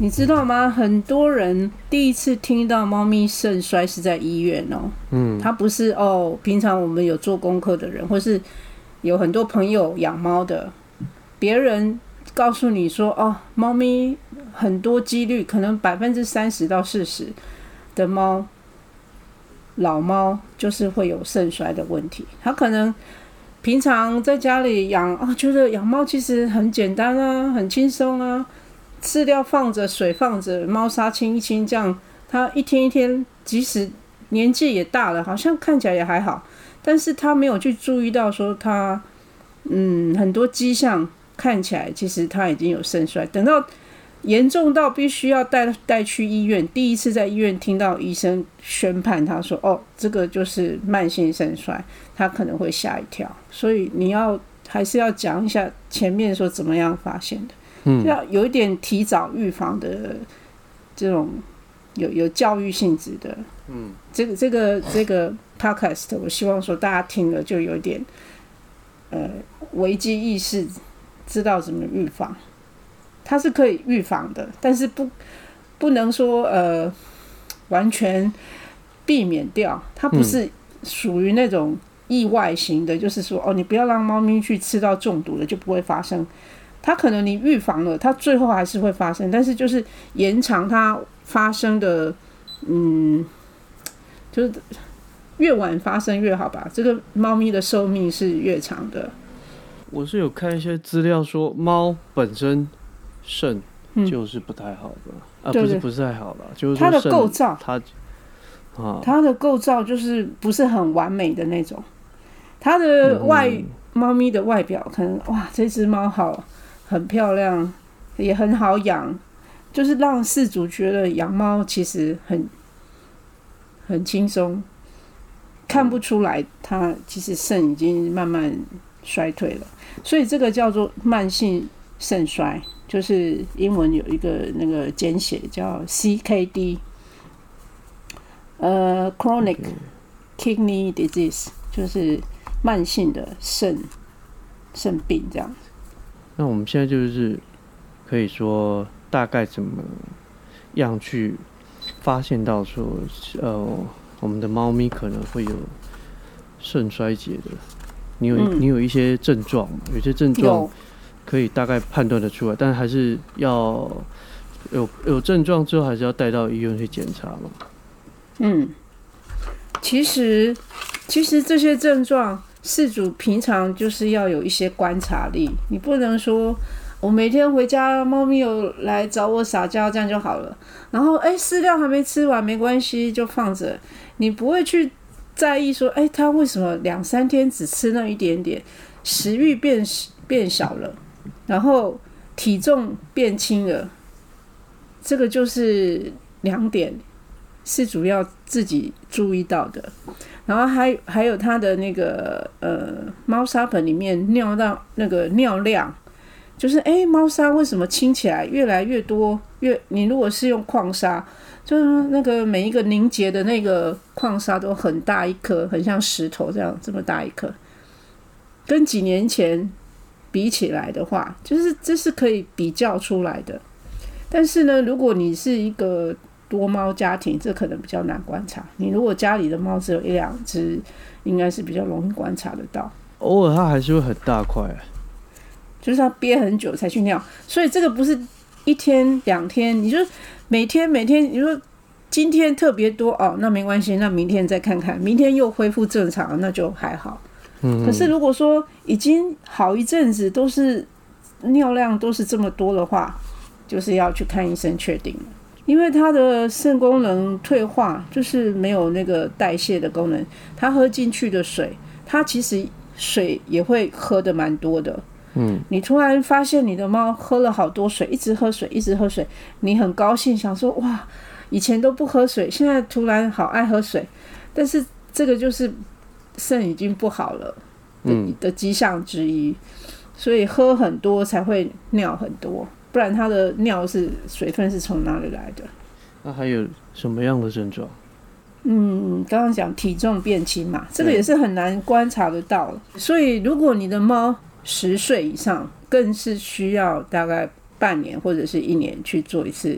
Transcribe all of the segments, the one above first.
你知道吗？很多人第一次听到猫咪肾衰是在医院哦。它不是哦，平常我们有做功课的人，或是有很多朋友养猫的，别人告诉你说哦，猫咪很多几率可能30%到40%的猫，老猫就是会有肾衰的问题。它可能平常在家里养啊，觉得养猫其实很简单啊，很轻松啊。饲料放着，水放着，猫砂清一清，这样它一天一天，即使年纪也大了，好像看起来也还好，但是他没有去注意到说他，很多迹象看起来其实他已经有肾衰，等到严重到必须要带去医院，第一次在医院听到医生宣判他说，哦，这个就是慢性肾衰，他可能会吓一跳，所以你还是要讲一下前面说怎么样发现的。要有一点提早预防的这种有教育性质的，这个 podcast， 我希望说大家听了就有一点危机意识，知道怎么预防。它是可以预防的，但是不能说完全避免掉。它不是属于那种意外型的，就是说哦，你不要让猫咪去吃到中毒了，就不会发生。它可能你预防了，它最后还是会发生，但是就是延长它发生的，就是越晚发生越好吧。这个猫咪的寿命是越长的。 我是有看一些资料说，猫本身肾就是不太好的，不是太好了，就是说它的构造，它的构造就是不是很完美的那种。它的猫咪的外表可能哇，这只猫好。很漂亮，也很好养，就是让饲主觉得养猫其实很轻松，看不出来它其实肾已经慢慢衰退了，所以这个叫做慢性肾衰，就是英文有一个那个简写叫 CKD， chronic kidney disease， 就是慢性的肾病这样子。 那我们现在就是可以说大概怎么样去发现到说，我们的猫咪可能会有肾衰竭的。你有一些症状吗？有些症状可以大概判断得出来，但还是要有症状之后，还是要带到医院去检查嘛。 其实这些症状。饲主平常就是要有一些观察力，你不能说我每天回家猫咪有来找我撒娇这样就好了，然后饲料还没吃完没关系就放着，你不会去在意说它为什么2-3天只吃那一点点，食欲变小了，然后体重变轻了，这个就是2点饲主要自己注意到的。然后还有它的那个猫砂盆里面尿到那个尿量，就是猫砂为什么清起来越来越多？你如果是用矿砂，就是那个每一个凝结的那个矿砂都很大一颗，很像石头这么大一颗，跟几年前比起来的话，就是这是可以比较出来的。但是呢，如果你是一个多猫家庭，这可能比较难观察。你如果家里的猫只有1-2只，应该是比较容易观察得到。 偶尔它还是会很大块， 就是它憋很久才去尿，所以这个不是1天2天，你就每天，你说今天特别多哦，那没关系，那明天再看看，明天又恢复正常，那就还好。可是如果说已经好一阵子都是尿量都是这么多的话，就是要去看医生确定了。因为它的肾功能退化，就是没有那个代谢的功能，它喝进去的水，它其实水也会喝的蛮多的。你突然发现你的猫喝了好多水，一直喝水，你很高兴，想说哇，以前都不喝水，现在突然好爱喝水，但是这个就是肾已经不好了的迹象之一，所以喝很多才会尿很多。不然它的尿水分是从哪里来的？ 那还有什么样的症状？ 刚刚讲体重变轻嘛，这个也是很难观察得到。所以如果你的猫10岁以上，更是需要大概半年或者是1年去做一次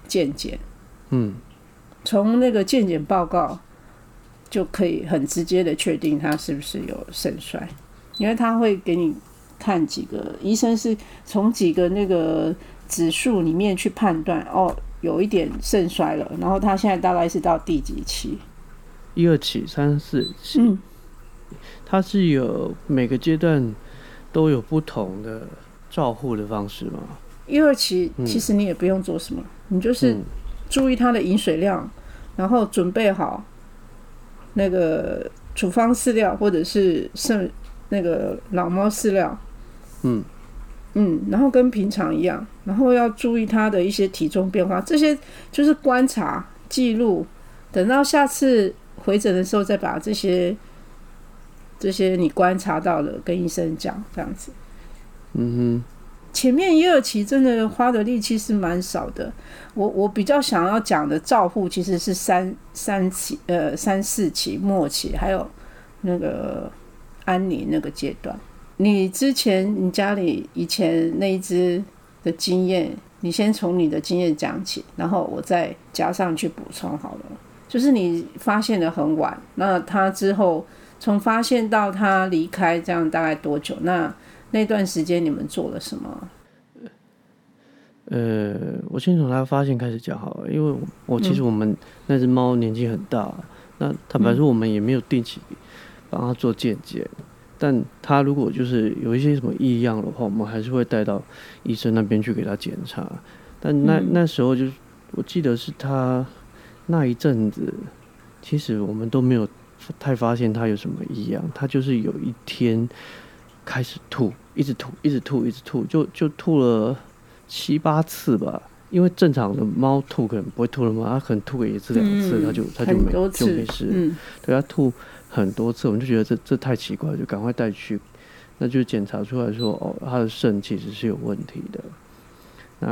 健检，从那个健检报告就可以很直接的确定他是不是有肾衰，因为他会给你看几个，医生是从几个那个指数里面去判断，有一点肾衰了，然后他现在大概是到第几期 ？1、2期、3、4期，它是有每个阶段都有不同的照护的方式吗 ？1、2期其实你也不用做什么，你就是注意他的饮水量，然后准备好那个处方饲料或者是那个老猫饲料，然后跟平常一样，然后要注意它的一些体重变化，这些就是观察记录，等到下次回诊的时候再把这些你观察到的跟医生讲，这样子。前面1、2期真的花的力气是蛮少的，我比较想要讲的照护其实是3、4期末期，还有那个安宁那个阶段。你之前你家里以前那一只的经验，你先从你的经验讲起，然后我再加上去补充好了。就是你发现的很晚，那他之后从发现到他离开，这样大概多久？那段时间你们做了什么？ 我先从他发现开始讲好了，因为其实我们那只猫年纪很大，那坦白说我们也没有定期帮他做健检。但他如果就是有一些什么异样的话，我们还是会带到医生那边去给他检查。但那时候就是我记得是他那一阵子，其实我们都没有太发现他有什么异样。他就是有一天开始吐，一直吐，就吐了7、8次吧。因为正常的猫吐可能不会吐了嘛，他可能吐个1次2次，他就没事。对，他吐很多次，我们就觉得这太奇怪了，就赶快带去，那就检查出来说，他的肾其实是有问题的。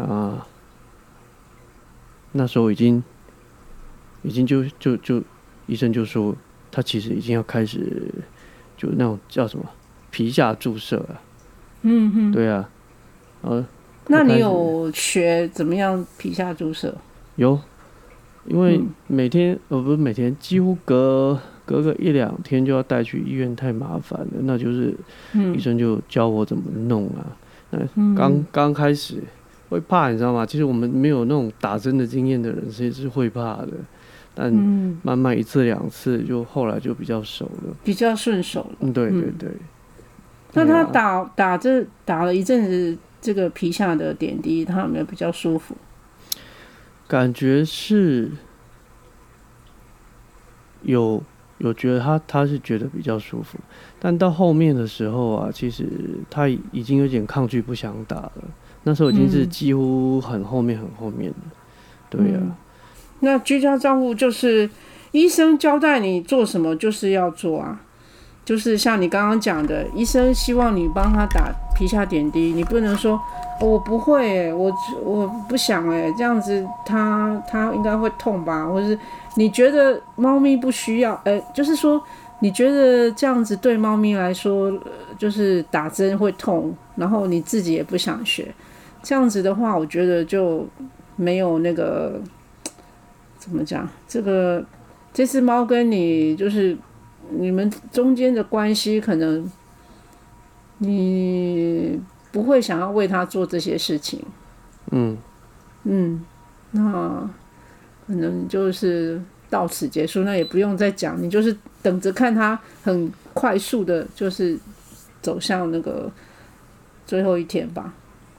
那时候已经就医生就说他其实已经要开始就那种叫什么皮下注射了。对啊， 那你有学怎么样皮下注射？ 有，因为每天不是每天，几乎隔个1、2天就要带去医院，太麻烦了。那就是医生就教我怎么弄啊。刚开始会怕，你知道吗？其实我们没有那种打针的经验的人，其实是会怕的。但慢慢1次2次，就后来就比较熟了， 比较顺手了。 对。 那他打了一阵子这个皮下的点滴，他有没有比较舒服？ 感觉是有觉得他是觉得比较舒服，但到后面的时候啊，其实他已经有点抗拒不想打了。那时候已经是几乎很后面了。对啊。 那居家照护就是医生交代你做什么就是要做啊，就是像你刚刚讲的，医生希望你帮他打皮下点滴，你不能说我不会我不想这样子他应该会痛吧，或是你觉得猫咪不需要就是说你觉得这样子对猫咪来说就是打针会痛，然后你自己也不想学，这样子的话我觉得就没有那个怎么讲，这只猫跟你就是你们中间的关系，可能你不会想要为它做这些事情。那可能就是到此结束，那也不用再讲，你就是等着看它很快速的，就是走向那个最后一天吧。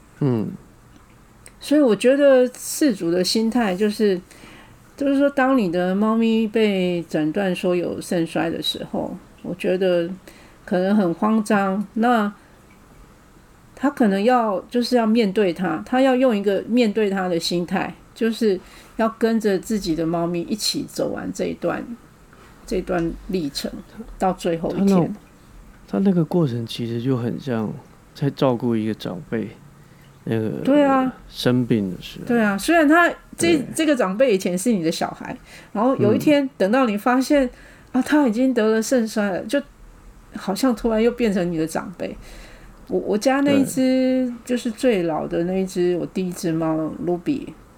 所以我觉得饲主的心态就是说，当你的猫咪被诊断说有肾衰的时候，我觉得可能很慌张。那他可能就是要面对它，他要用一个面对它的心态，就是要跟着自己的猫咪一起走完这段历程，到最后一天。 他那个过程其实就很像在照顾一个长辈。 对啊， 生病的时候。 对啊，虽然这个长辈以前是你的小孩，然后有一天等到你发现他已经得了肾衰了，就好像突然又变成你的长辈。我家那一只就是最老的那一只，我第一只猫 Ruby，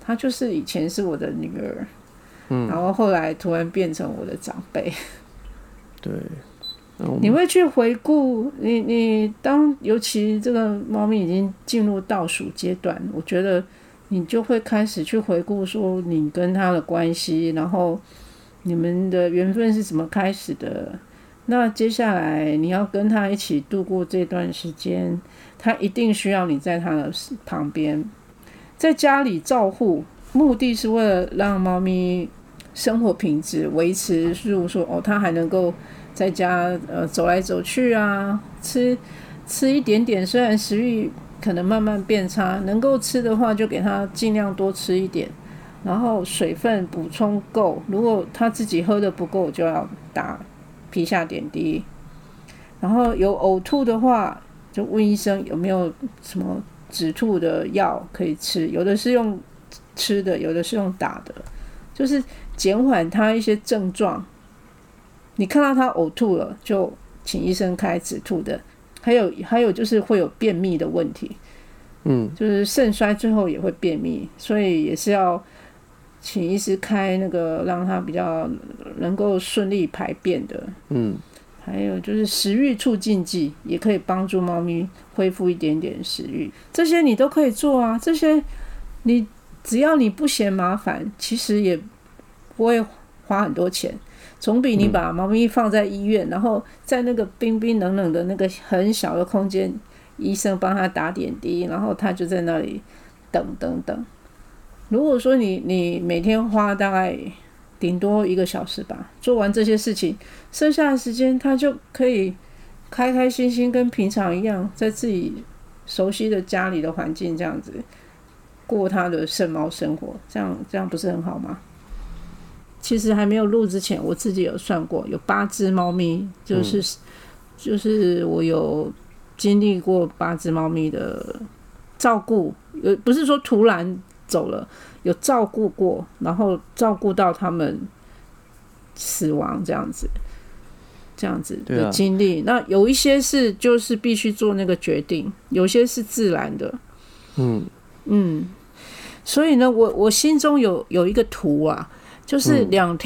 她就是以前是我的女儿，然后后来突然变成我的长辈。 对， 你会去回顾你尤其这个猫咪已经进入倒数阶段，我觉得你就会开始去回顾说你跟它的关系，然后你们的缘分是怎么开始的。那接下来你要跟他一起度过这段时间，他一定需要你在他的旁边。在家里照护，目的是为了让猫咪生活品质维持，例如说他还能够在家走来走去啊，吃一点点，虽然食欲可能慢慢变差，能够吃的话就给他尽量多吃一点，然后水分补充够，如果他自己喝的不够就要打皮下点滴，然后有呕吐的话就问医生有没有什么止吐的药可以吃，有的是用吃的，有的是用打的，就是减缓他一些症状。你看到他呕吐了就请医生开止吐的，还有就是会有便秘的问题，就是肾衰最后也会便秘，所以也是要请医师开那个让他比较能够顺利排便的。还有就是食欲促进剂，也可以帮助猫咪恢复一点点食欲，这些你都可以做啊。这些你只要你不嫌麻烦，其实也不会花很多钱，总比你把猫咪放在医院，然后在那个冰冰冷冷的那个很小的空间，医生帮他打点滴，然后他就在那里等。如果说你每天花大概顶多1个小时吧，做完这些事情，剩下的时间他就可以开开心心跟平常一样，在自己熟悉的家里的环境这样子过他的圣猫生活，这样不是很好吗？其实还没有录之前，我自己有算过，有8只猫咪，就是我有经历过8只猫咪的照顾，不是说突然走了，有照顾过，然后照顾到他们死亡这样子的经历。那有一些是就是必须做那个决定，有些是自然的。所以呢，我心中有一个图啊，就是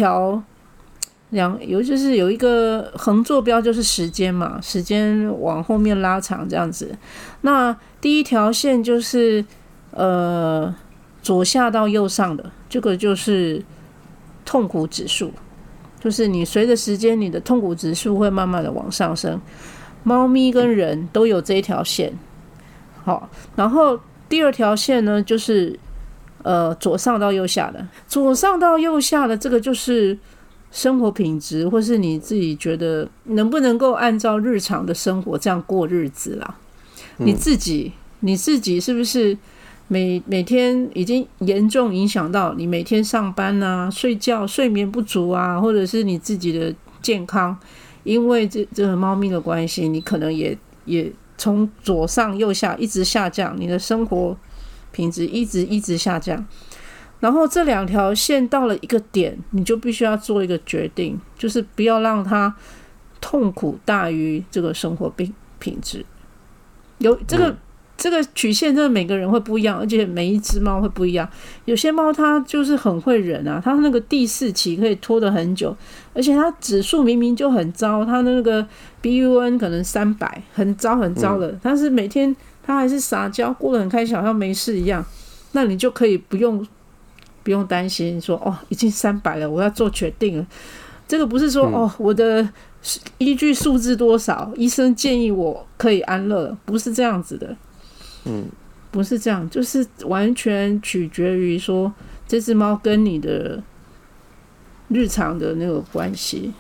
就是有一个横坐标，就是时间嘛，时间往后面拉长这样子。那第一条线就是左下到右上的，这个就是痛苦指数，就是你随着时间，你的痛苦指数会慢慢的往上升。猫咪跟人都有这一条线。好，然后第2条线呢，就是左上到右下的，左上到右下的这个就是生活品质，或是你自己觉得能不能够按照日常的生活这样过日子啦。你自己是不是每天已经严重影响到你每天上班啊、睡觉、睡眠不足啊，或者是你自己的健康，因为这个猫咪的关系，你可能也从左上右下一直下降，你的生活品质一直下降。然后这2条线到了一个点，你就必须要做一个决定，就是不要让它痛苦大于这个生活品质。有这个曲线真的每个人会不一样，而且每一只猫会不一样。有些猫它就是很会忍啊，它那个第4期可以拖得很久，而且它指数明明就很糟，它那个 BUN 可能300，很糟了，但是每天它还是撒娇，过得很开心，好像没事一样。那你就可以不用担心说已经300了，我要做决定了。这个不是说我的依据数字多少，医生建议我可以安乐，不是这样子的。不是这样，就是完全取决于说这只猫跟你的日常的那个关系。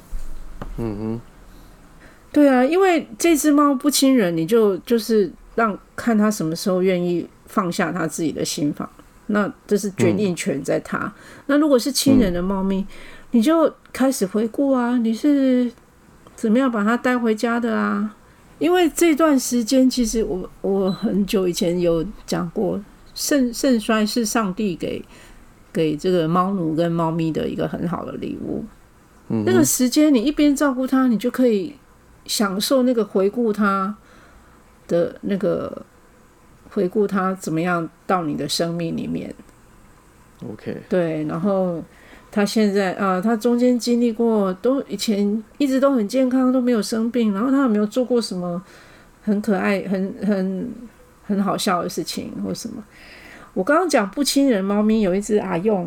对啊，因为这只猫不亲人，你就是看它什么时候愿意放下它自己的心房，那这是决定权在它。那如果是亲人的猫咪，你就开始回顾啊，你是怎么样把它带回家的啊？因为这段时间其实我很久以前有讲过，肾衰是上帝给这个猫奴跟猫咪的一个很好的礼物。那个时间你一边照顾它，你就可以享受那个回顾它的那个回顾它怎么样到你的生命里面。 OK， 对，然后他现在他中间经历过，以前一直都很健康，都没有生病，然后他有没有做过什么很可爱、很好笑的事情或什么？我刚刚讲不亲人猫咪有一只阿用，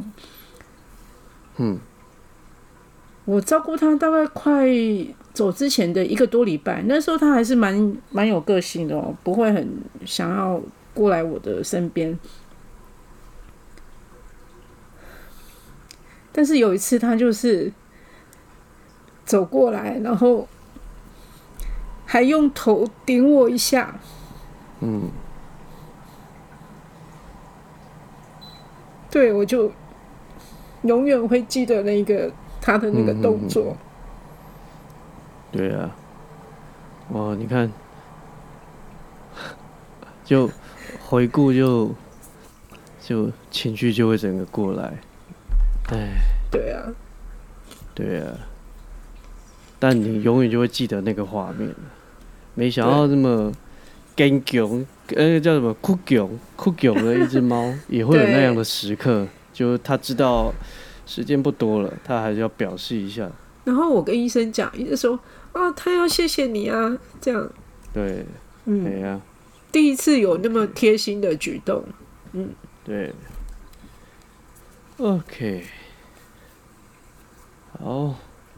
我照顾它大概快走之前的1个多礼拜，那时候它还是蛮有个性的不会很想要过来我的身边。但是有一次，它就是走过来，然后还用头顶我一下。对，我就永远会记得他的那个动作。 对啊，哇，你看，就回顾就情绪就会整个过来， 对啊， 对啊，但你永远就会记得那个画面。没想到这么坚强，叫什么酷强的一只猫，也会有那样的时刻，就他知道时间不多了，他还是要表示一下。 然后我跟医生讲，医生说他要谢谢你啊，这样。 对，对啊， 第一次有那么贴心的举动。 对。OK， 好。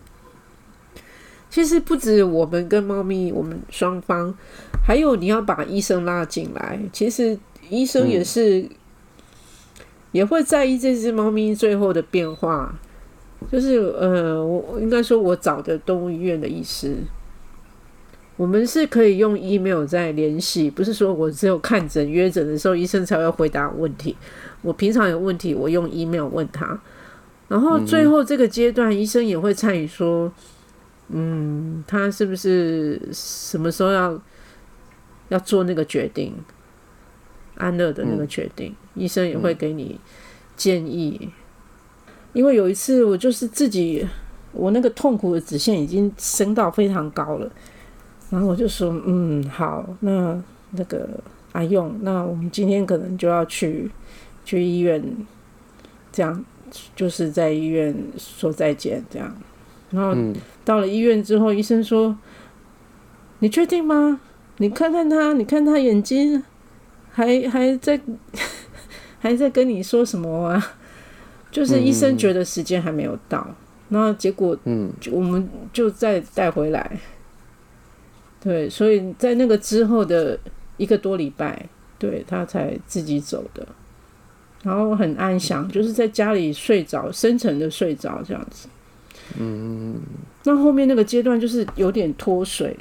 其实不止我们跟猫咪，我们双方，还有你要把医生拉进来。其实医生也是，也会在意这只猫咪最后的变化。就是我应该说，我找的动物医院的医师，我们是可以用 email 在联系，不是说我只有看诊约诊的时候，医生才会回答问题。我平常有问题，我用 email 问他，然后最后这个阶段，医生也会参与说，他是不是什么时候要做那个决定，安乐的那个决定，医生也会给你建议。因为有一次我就是我那个痛苦的止线已经升到非常高了，然后我就说，好，那个阿用，那我们今天可能就要去医院，这样就是在医院说再见，这样。然后到了医院之后，医生说：“你确定吗？你看看他，你看他眼睛，还在跟你说什么啊？”就是医生觉得时间还没有到，然后结果我们就再带回来。对，所以在那个之后的1个多礼拜，对，他才自己走的。然后很安详，就是在家里睡着，深沉的睡着这样子。那后面那个阶段就是有点脱水，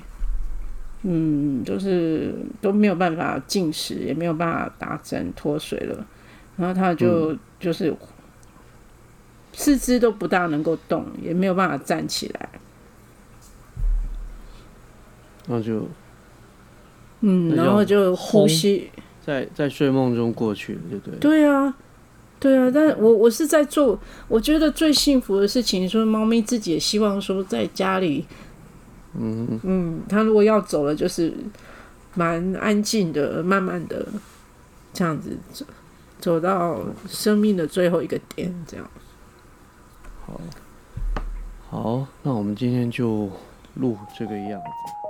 就是都没有办法进食，也没有办法打针，脱水了。然后他就是四肢都不大能够动，也没有办法站起来。 然后就， 然后就呼吸， 在睡梦中过去了，对不对？ 对啊，对啊。但我是在做，我觉得最幸福的事情，说猫咪自己也希望说在家里，它如果要走了，就是蛮安静的，慢慢的这样子走到生命的最后一个点，这样。 好，那我们今天就录这个样子。